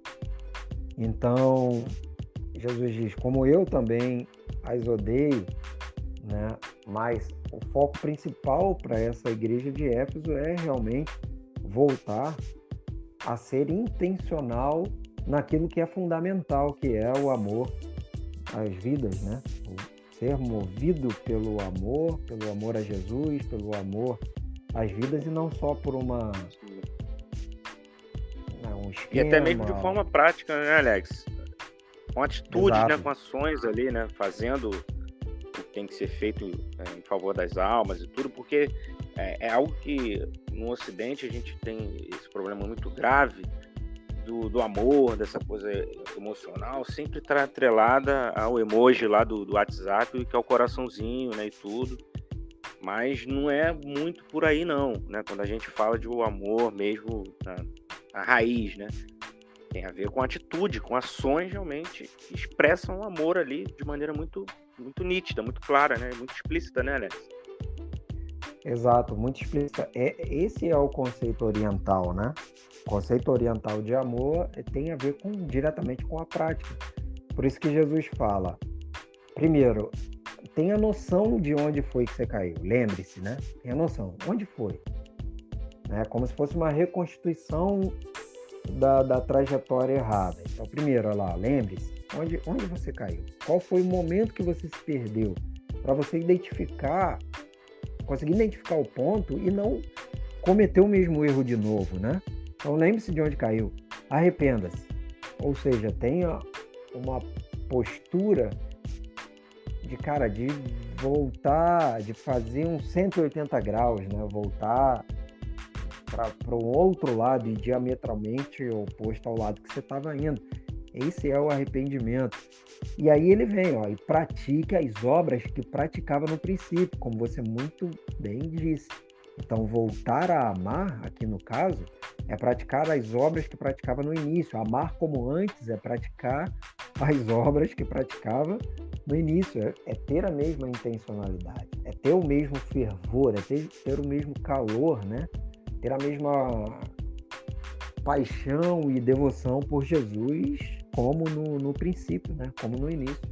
Então, Jesus diz, como eu também as odeio, né? Mas o foco principal para essa igreja de Éfeso é realmente voltar a ser intencional naquilo que é fundamental, que é o amor às vidas, né? O ser movido pelo amor, pelo amor a Jesus, pelo amor às vidas, e não só por uma um esquema. E até mesmo de forma prática, né, Alex? Com atitudes, Exato. né, com ações ali, né, fazendo o que tem que ser feito é, em favor das almas e tudo, porque é, é algo que no Ocidente a gente tem esse problema muito grave do, do amor, dessa coisa emocional, sempre está atrelada ao emoji lá do, do WhatsApp, que é o coraçãozinho, né, e tudo. Mas não é muito por aí não, né? Quando a gente fala de o amor mesmo na, na raiz, né? Tem a ver com atitude, com ações realmente que expressam o amor ali de maneira muito, muito nítida, muito clara, né? Muito explícita, né, Alex? Exato, muito explícita. É, esse é o conceito oriental, né? O conceito oriental de amor tem a ver com, diretamente com a prática. Por isso que Jesus fala, primeiro, tenha noção de onde foi que você caiu. Lembre-se, né? Tenha noção. Onde foi? É como se fosse uma reconstituição da, da trajetória errada. Então, primeiro, olha lá, lembre-se. Onde, onde você caiu? Qual foi o momento que você se perdeu? Para você identificar, conseguir identificar o ponto e não cometer o mesmo erro de novo, né? Então, lembre-se de onde caiu. Arrependa-se. Ou seja, tenha uma postura de, cara, de voltar, de fazer um cento e oitenta graus, né? Voltar para o outro lado e diametralmente oposto ao lado que você estava indo. Esse é o arrependimento. E aí ele vem, ó, e pratique as obras que praticava no princípio, como você muito bem disse. Então, voltar a amar, aqui no caso, é praticar as obras que praticava no início. Amar como antes é praticar as obras que praticava no início. É, é ter a mesma intencionalidade, é ter o mesmo fervor, é ter, ter o mesmo calor, né? Ter a mesma paixão e devoção por Jesus como no, no princípio, né? Como no início.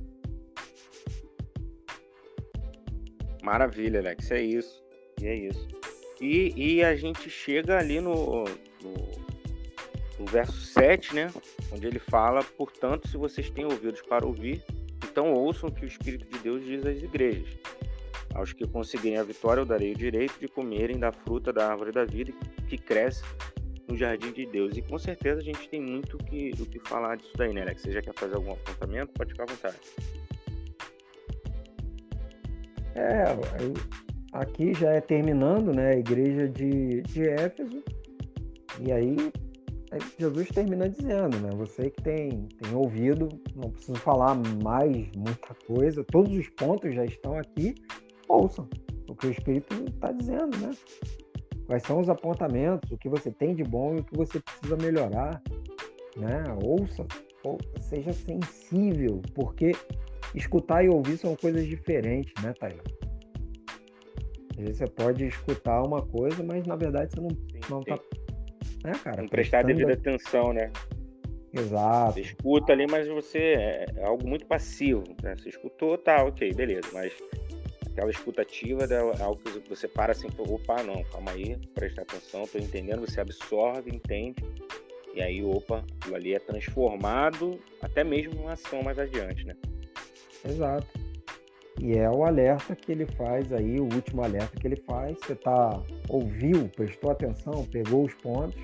Maravilha, Alex, é isso. E é isso. E, e a gente chega ali no, no, no verso sete, né? Onde ele fala: portanto, se vocês têm ouvidos para ouvir, então ouçam o que o Espírito de Deus diz às igrejas. Aos que conseguirem a vitória, eu darei o direito de comerem da fruta da árvore da vida que cresce no jardim de Deus. E com certeza a gente tem muito o que, o que falar disso daí, né, Alex? Você já quer fazer algum apontamento? Pode ficar à vontade. É, aqui já é terminando, né, a igreja de, de Éfeso, e aí Jesus termina dizendo, né, você que tem, tem ouvido, não preciso falar mais muita coisa, todos os pontos já estão aqui, ouçam o que o Espírito está dizendo, né? Quais são os apontamentos, o que você tem de bom e o que você precisa melhorar, né? Ouça, ou, seja sensível, porque escutar e ouvir são coisas diferentes, né, Taylor? Às vezes você pode escutar uma coisa, mas na verdade você não, sim, não sim. tá... Né, cara? Não prestar devida atenção, né? Exato. Você escuta ali, mas você é algo muito passivo, né? Você escutou, tá, ok, beleza, mas aquela escutativa é algo que você para assim, opa, não, calma aí, presta atenção, tô entendendo, você absorve, entende, e aí, opa, aquilo ali é transformado até mesmo numa ação mais adiante, né? Exato. E é o alerta que ele faz aí, o último alerta que ele faz, você tá, ouviu, prestou atenção, pegou os pontos,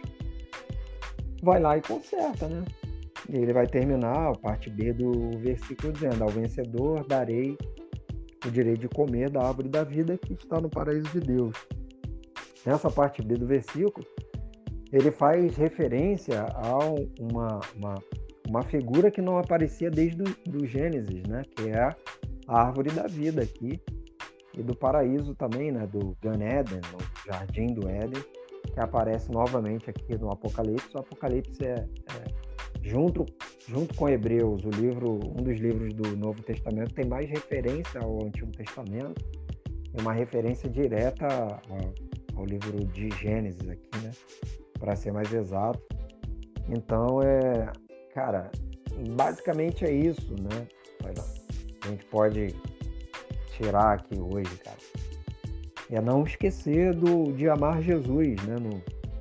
vai lá e conserta, né? E ele vai terminar a parte B do versículo dizendo: ao vencedor darei o direito de comer da árvore da vida que está no paraíso de Deus. Nessa parte B do versículo, ele faz referência a uma, uma, uma figura que não aparecia desde o do Gênesis, né? Que é a árvore da vida aqui, e do paraíso também, né? Do Gan Eden, no jardim do Éden, que aparece novamente aqui no Apocalipse. O Apocalipse é, é junto, junto com Hebreus, o livro, um dos livros do Novo Testamento, tem mais referência ao Antigo Testamento, e uma referência direta ao, ao livro de Gênesis aqui, né? Para ser mais exato. Então, é, cara, basicamente é isso, né? A gente pode tirar aqui hoje, cara. É não esquecer do, de amar Jesus, né? No,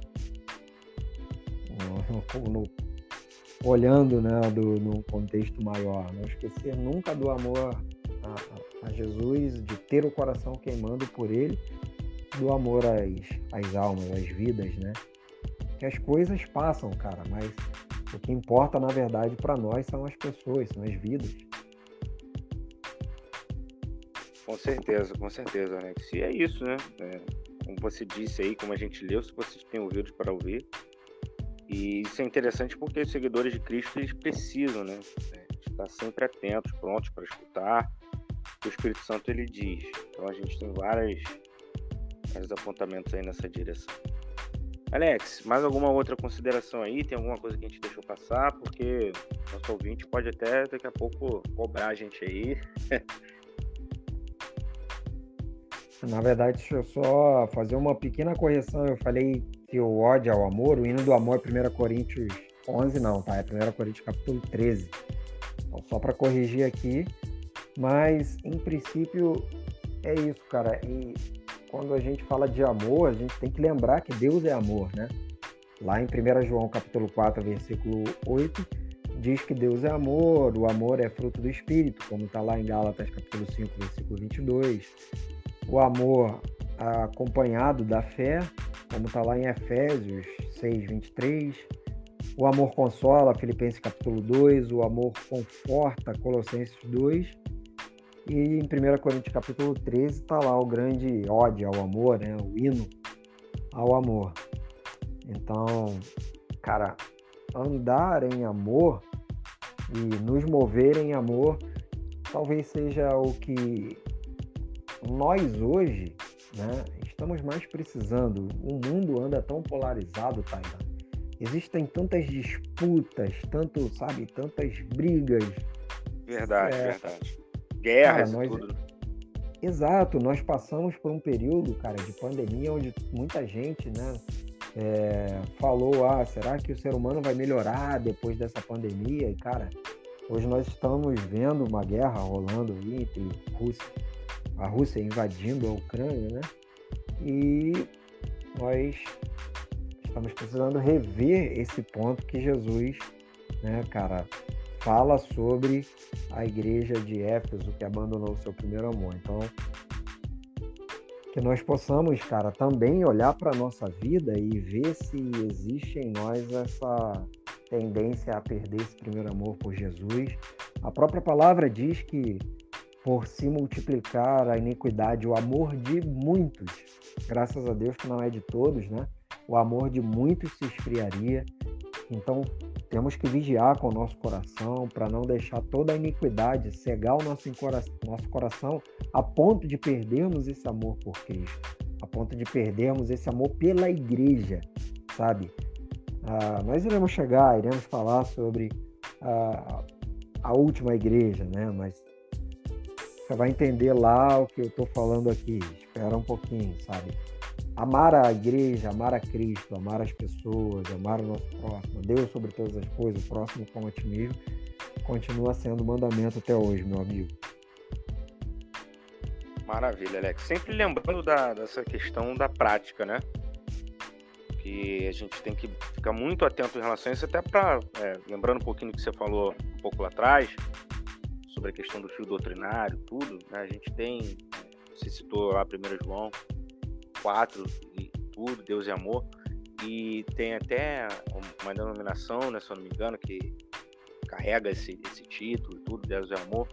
no, no, olhando, né, do, no contexto maior. Não esquecer nunca do amor a, a, a Jesus, de ter o coração queimando por Ele, do amor às, às almas, às vidas, né? Que as coisas passam, cara, mas o que importa, na verdade, para nós são as pessoas, são as vidas. Com certeza, com certeza, Alex. E é isso, né? É, como você disse aí, como a gente leu, se vocês têm ouvidos para ouvir. E isso é interessante porque os seguidores de Cristo, eles precisam, né? É, estar sempre atentos, prontos para escutar o que o Espírito Santo ele diz. Então a gente tem várias, vários apontamentos aí nessa direção. Alex, mais alguma outra consideração aí? Tem alguma coisa que a gente deixou passar? Porque nosso ouvinte pode até daqui a pouco cobrar a gente aí. Na verdade, deixa eu só fazer uma pequena correção. Eu falei que o ódio ao amor, o hino do amor é primeira Coríntios onze, não, tá? É primeira Coríntios capítulo treze. Então, só para corrigir aqui. Mas, em princípio, é isso, cara. E quando a gente fala de amor, a gente tem que lembrar que Deus é amor, né? Lá em primeira João capítulo quatro, versículo oito, diz que Deus é amor, o amor é fruto do Espírito, como está lá em Gálatas capítulo cinco, versículo vinte e dois. O amor acompanhado da fé, como está lá em Efésios seis, vinte e três. O amor consola, Filipenses capítulo dois. O amor conforta, Colossenses dois. E em primeira Coríntios capítulo treze está lá o grande ódio ao amor, né? O hino ao amor. Então, cara, andar em amor e nos mover em amor talvez seja o que nós hoje, né, estamos mais precisando. O mundo anda tão polarizado, Tainá. Existem tantas disputas, tanto, sabe, tantas brigas. Verdade, É, verdade. Guerras cara, e nós, tudo. exato, nós passamos por um período, cara, de pandemia onde muita gente, né, é, falou, ah, será que o ser humano vai melhorar depois dessa pandemia? E, cara, hoje nós estamos vendo uma guerra rolando aí entre Rússia, a Rússia invadindo a Ucrânia, né? E nós estamos precisando rever esse ponto que Jesus, né, cara, fala sobre a igreja de Éfeso que abandonou o seu primeiro amor. Então, que nós possamos, cara, também olhar para a nossa vida e ver se existe em nós essa tendência a perder esse primeiro amor por Jesus. A própria palavra diz que por se multiplicar a iniquidade, o amor de muitos, graças a Deus que não é de todos, né? O amor de muitos se esfriaria. Então, temos que vigiar com o nosso coração para não deixar toda a iniquidade cegar o nosso, nosso coração a ponto de perdermos esse amor por Cristo, a ponto de perdermos esse amor pela igreja, sabe? Ah, nós iremos chegar, iremos falar sobre a, a última igreja, né? Mas você vai entender lá o que eu estou falando aqui. Espera um pouquinho, sabe? Amar a igreja, amar a Cristo, amar as pessoas, amar o nosso próximo, Deus sobre todas as coisas, o próximo como a ti mesmo, continua sendo mandamento até hoje, meu amigo. Maravilha, Alex. Sempre lembrando da, dessa questão da prática, né? Que a gente tem que ficar muito atento em relação a isso, até para, é, lembrando um pouquinho do que você falou um pouco lá atrás, sobre a questão do fio doutrinário, tudo, né? A gente tem, você citou lá primeiro João quatro e tudo, Deus é amor, e tem até uma denominação, né, se eu não me engano, que carrega esse, esse título, tudo, Deus é amor.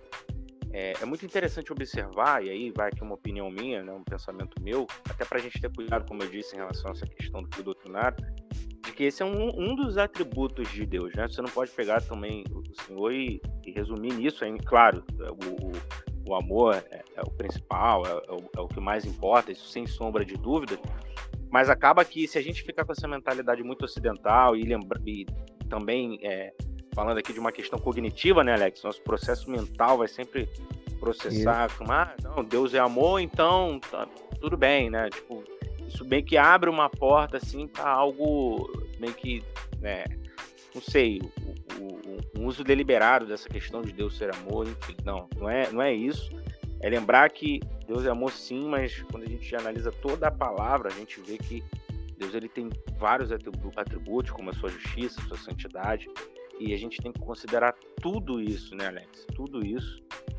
É, é muito interessante observar, e aí vai aqui uma opinião minha, né, um pensamento meu, até para a gente ter cuidado, como eu disse, em relação a essa questão do fio doutrinário, de que esse é um, um dos atributos de Deus, né? Você não pode pegar também o Senhor e, e resumir nisso, aí, claro, o, o O amor é, é o principal, é, é, o, é o que mais importa, isso sem sombra de dúvida, mas acaba que se a gente ficar com essa mentalidade muito ocidental e, lembra, e também é, falando aqui de uma questão cognitiva, né, Alex? Nosso processo mental vai sempre processar como, ah, não, Deus é amor, então tá tudo bem, né? Tipo, isso bem que abre uma porta, assim, para algo meio que, né, não sei, o, o, um uso deliberado dessa questão de Deus ser amor, enfim, não, não é, não é isso. É lembrar que Deus é amor sim, mas quando a gente analisa toda a palavra, a gente vê que Deus ele tem vários atributos, como a sua justiça, a sua santidade, e a gente tem que considerar tudo isso, né, Alex? Tudo isso,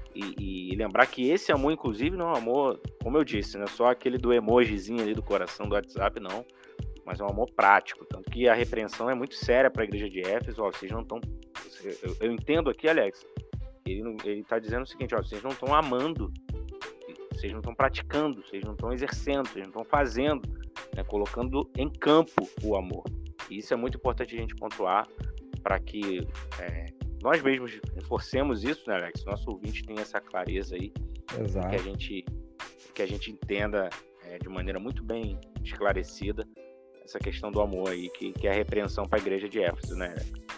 e, e lembrar que esse amor, inclusive, não é um amor, como eu disse, não é só aquele do emojizinho ali do coração do WhatsApp, não, mas é um amor prático, tanto que a repreensão é muito séria para a igreja de Éfeso. Ó, vocês não estão, eu, eu entendo aqui, Alex, ele ele está dizendo o seguinte, ó, vocês não estão amando, vocês não estão praticando, vocês não estão exercendo, vocês não estão fazendo, né, colocando em campo o amor. E isso é muito importante a gente pontuar para que é, nós mesmos reforcemos isso, né, Alex? Nosso ouvinte tem essa clareza aí, Exato. que a gente que a gente entenda é, de maneira muito bem esclarecida essa questão do amor aí, que, que é a repreensão para a igreja de Éfeso, né?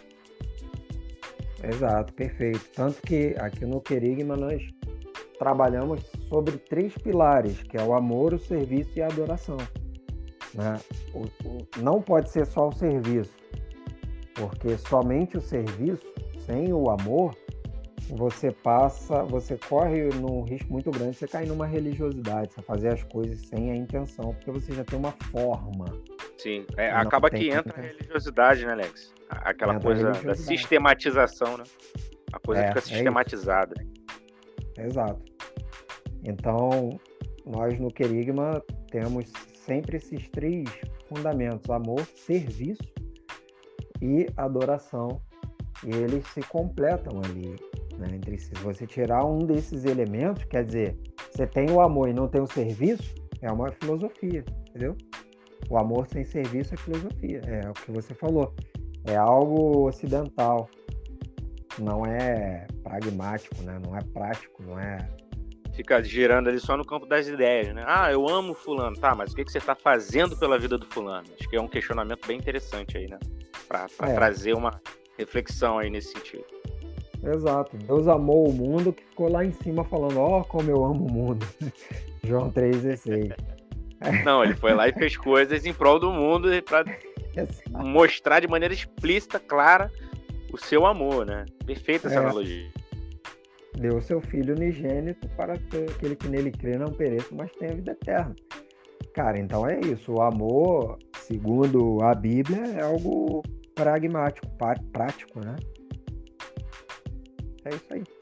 Exato, perfeito. Tanto que aqui no Querigma nós trabalhamos sobre três pilares, que é o amor, o serviço e a adoração, né? O, o, não pode ser só o serviço, porque somente o serviço, sem o amor, você passa, você corre num risco muito grande de você cair numa religiosidade, você fazer as coisas sem a intenção, porque você já tem uma forma. Sim, é, acaba que entra a religiosidade, né, Alex? Aquela entra coisa da sistematização, né? A coisa é, fica sistematizada. É Exato. Então, nós no Querigma temos sempre esses três fundamentos: amor, serviço e adoração. E eles se completam ali, né, entre si. Se você tirar um desses elementos, quer dizer, você tem o amor e não tem o serviço, é uma filosofia, entendeu? O amor sem serviço é filosofia, é o que você falou. É algo ocidental, não é pragmático, né? Não é prático, não é fica girando ali só no campo das ideias, né? Ah, eu amo fulano, tá, mas o que, que você tá fazendo pela vida do fulano? Acho que é um questionamento bem interessante aí, né? Pra, pra é. trazer uma reflexão aí nesse sentido. Exato. Deus amou o mundo que ficou lá em cima falando, ó, oh, como eu amo o mundo. João três dezesseis. Não, ele foi lá e fez coisas em prol do mundo para mostrar de maneira explícita, clara, o seu amor, né? Perfeita essa é. analogia. Deu seu Filho unigênito para que aquele que nele crê não pereça, mas tenha vida eterna. Cara, então é isso. O amor, segundo a Bíblia, é algo pragmático, prático, né? É isso aí.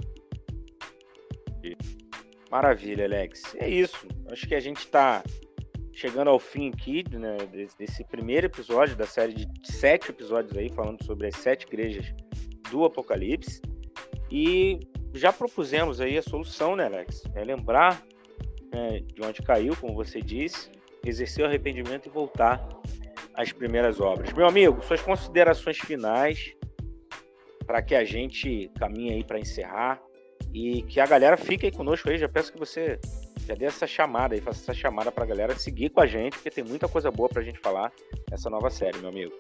Maravilha, Alex. É isso. Acho que a gente está chegando ao fim aqui, né, desse primeiro episódio da série de sete episódios aí, falando sobre as sete igrejas do Apocalipse. E já propusemos aí a solução, né, Alex? É lembrar, né, de onde caiu, como você disse, exercer o arrependimento e voltar às primeiras obras. Meu amigo, suas considerações finais para que a gente caminhe aí para encerrar e que a galera fique aí conosco aí. Já peço que você já dê essa chamada aí, faça essa chamada para a galera seguir com a gente, porque tem muita coisa boa para a gente falar nessa nova série, meu amigo.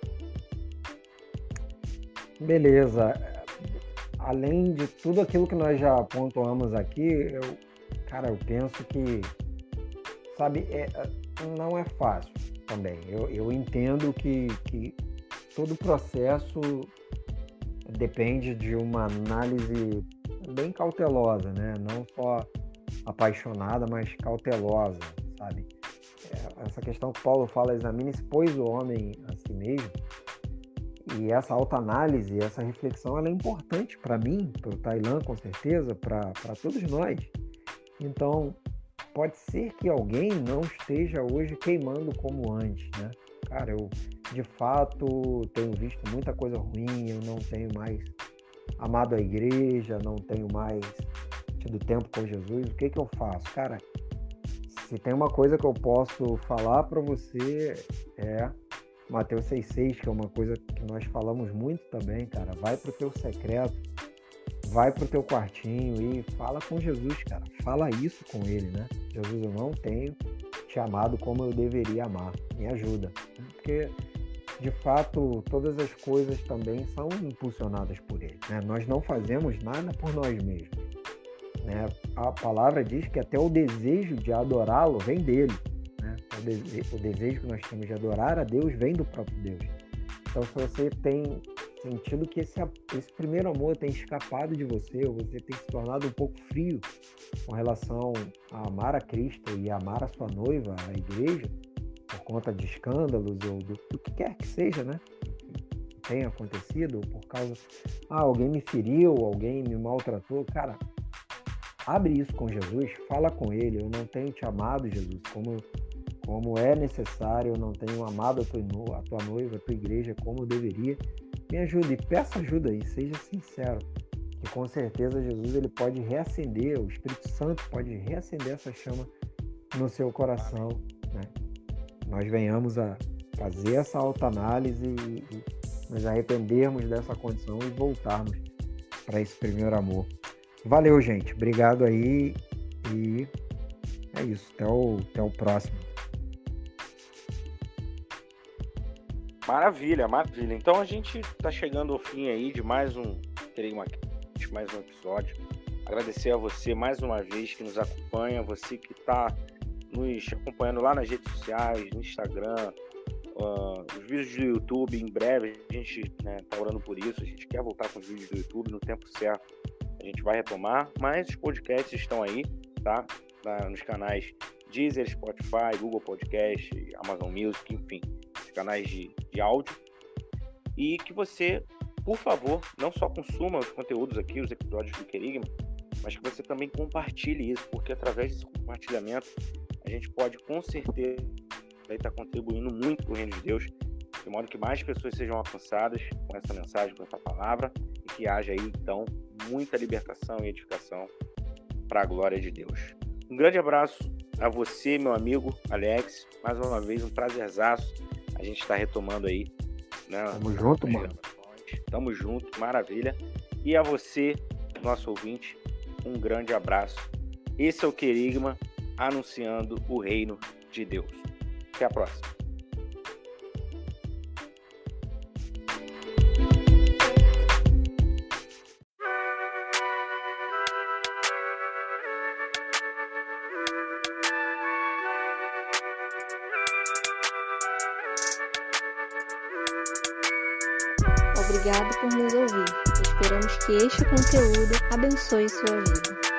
Beleza. Além de tudo aquilo que nós já pontuamos aqui, eu, cara, eu penso que, sabe, é, não é fácil também. Eu, eu entendo que, que todo o processo depende de uma análise bem cautelosa, né? Não só apaixonada, mas cautelosa, sabe? Essa questão que Paulo fala, examine-se, pois, o homem a si mesmo. E essa autoanálise, essa reflexão, ela é importante para mim, para o Tailan, com certeza, para todos nós. Então, pode ser que alguém não esteja hoje queimando como antes, né? Cara, eu, de fato, tenho visto muita coisa ruim, eu não tenho mais amado a igreja, não tenho mais tido tempo com Jesus. O que que eu faço? Cara, se tem uma coisa que eu posso falar para você é Mateus seis seis, que é uma coisa que nós falamos muito também, cara. Vai pro teu secreto, vai pro teu quartinho e fala com Jesus, cara. Fala isso com ele, né? Jesus, eu não tenho te amado como eu deveria amar. Me ajuda. Porque, de fato, todas as coisas também são impulsionadas por ele, né? Nós não fazemos nada por nós mesmos, né? A palavra diz que até o desejo de adorá-lo vem dele, né? O, dese- o desejo que nós temos de adorar a Deus vem do próprio Deus. Então, se você tem sentido que esse, esse primeiro amor tem escapado de você, ou você tem se tornado um pouco frio com relação a amar a Cristo e amar a sua noiva, a igreja, por conta de escândalos ou do, do que quer que seja, né? Que tenha acontecido, ou por causa, ah, alguém me feriu, alguém me maltratou. Cara, abre isso com Jesus, fala com ele. Eu não tenho te amado, Jesus, como, como é necessário, eu não tenho amado a tua, a tua noiva, a tua igreja como eu deveria. Me ajude, peça ajuda aí, seja sincero, que com certeza Jesus ele pode reacender, o Espírito Santo pode reacender essa chama no seu coração, né? Nós venhamos a fazer essa autoanálise e, e nos arrependermos dessa condição e voltarmos para esse primeiro amor. Valeu, gente. Obrigado aí e é isso. Até o, até o próximo. Maravilha, maravilha. Então a gente está chegando ao fim aí de mais um, mais um episódio. Agradecer a você mais uma vez que nos acompanha, você que está nos acompanhando lá nas redes sociais, no Instagram, uh, os vídeos do YouTube. Em breve a gente está, né, orando por isso, a gente quer voltar com os vídeos do YouTube no tempo certo. A gente vai retomar, mas os podcasts estão aí, tá? Lá nos canais Deezer, Spotify, Google Podcast, Amazon Music, enfim, os canais de, de áudio. E que você, por favor, não só consuma os conteúdos aqui, os episódios do Querigma, mas que você também compartilhe isso, porque através desse compartilhamento a gente pode, com certeza, estar contribuindo muito para o reino de Deus, de modo que mais pessoas sejam alcançadas com essa mensagem, com essa palavra, e que haja aí, então, muita libertação e edificação para a glória de Deus. Um grande abraço a você, meu amigo Alex. Mais uma vez, um prazerzaço. A gente está retomando aí, né? Tamo junto, mano. Tamo junto, maravilha. E a você, nosso ouvinte, um grande abraço Esse é o Querigma anunciando o reino de Deus. Até a próxima. Obrigado por nos ouvir. Esperamos que este conteúdo abençoe sua vida.